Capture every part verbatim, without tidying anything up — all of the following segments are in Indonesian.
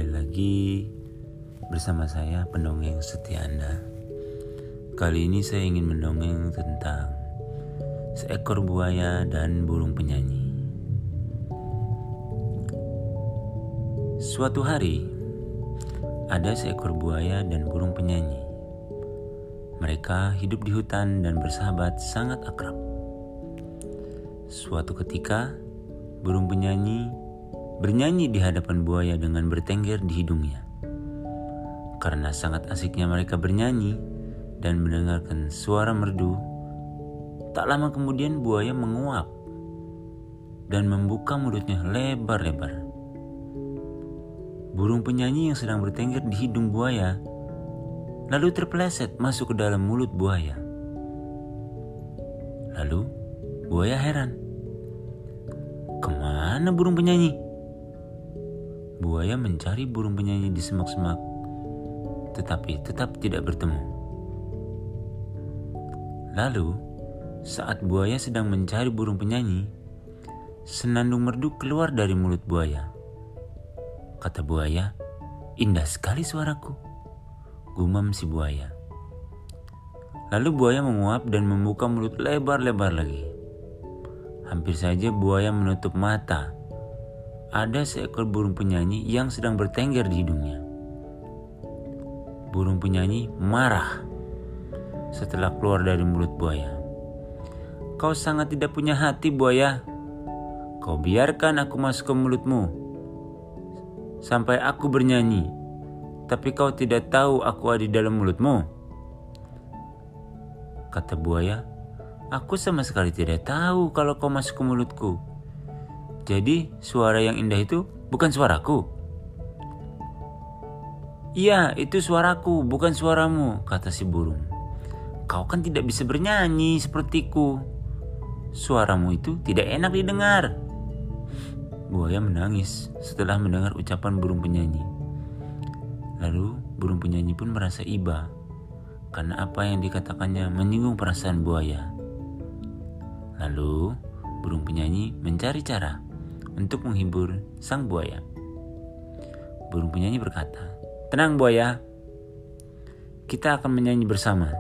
Kembali lagi bersama saya pendongeng setia Anda. Kali ini saya ingin mendongeng tentang seekor buaya dan burung penyanyi. Suatu hari ada seekor buaya dan burung penyanyi. Mereka hidup di hutan dan bersahabat sangat akrab. Suatu ketika burung penyanyi bernyanyi di hadapan buaya dengan bertengger di hidungnya. Karena sangat asiknya mereka bernyanyi dan mendengarkan suara merdu, tak lama kemudian buaya menguap dan membuka mulutnya lebar-lebar. Burung penyanyi yang sedang bertengger di hidung buaya lalu terpeleset masuk ke dalam mulut buaya. Lalu buaya heran, "Kemana burung penyanyi?" Buaya mencari burung penyanyi di semak-semak, tetapi tetap tidak bertemu. Lalu, saat buaya sedang mencari burung penyanyi, senandung merdu keluar dari mulut buaya. Kata buaya, "Indah sekali suaraku," gumam si buaya. Lalu buaya menguap dan membuka mulut lebar-lebar lagi. Hampir saja buaya menutup mata. Ada seekor burung penyanyi yang sedang bertengger di hidungnya. Burung penyanyi marah setelah keluar dari mulut buaya. "Kau sangat tidak punya hati, buaya. Kau biarkan aku masuk ke mulutmu sampai aku bernyanyi, tapi kau tidak tahu aku ada di dalam mulutmu." Kata buaya, "Aku sama sekali tidak tahu kalau kau masuk ke mulutku. Jadi suara yang indah itu bukan suaraku?" "Iya, itu suaraku, bukan suaramu," kata si burung. "Kau kan tidak bisa bernyanyi sepertiku. Suaramu itu tidak enak didengar." Buaya menangis setelah mendengar ucapan burung penyanyi. Lalu burung penyanyi pun merasa iba karena apa yang dikatakannya menyinggung perasaan buaya. Lalu burung penyanyi mencari cara untuk menghibur sang buaya. Burung penyanyi berkata, "Tenang buaya, kita akan menyanyi bersama."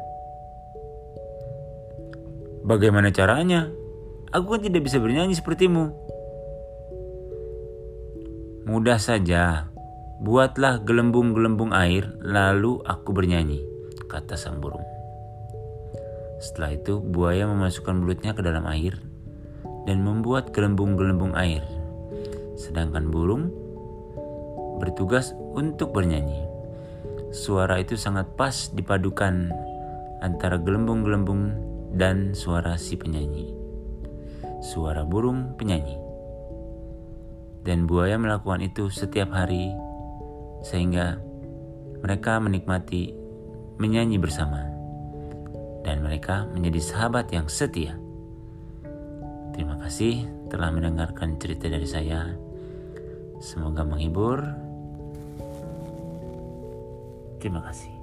"Bagaimana caranya? Aku kan tidak bisa bernyanyi sepertimu." "Mudah saja, buatlah gelembung-gelembung air lalu aku bernyanyi," kata sang burung. Setelah itu buaya memasukkan mulutnya ke dalam air dan membuat gelembung-gelembung air, sedangkan burung bertugas untuk bernyanyi. Suara itu sangat pas dipadukan antara gelembung-gelembung dan suara si penyanyi, suara burung penyanyi. Dan buaya melakukan itu setiap hari sehingga mereka menikmati menyanyi bersama dan mereka menjadi sahabat yang setia. Terima kasih telah mendengarkan cerita dari saya. Semoga menghibur. Terima kasih.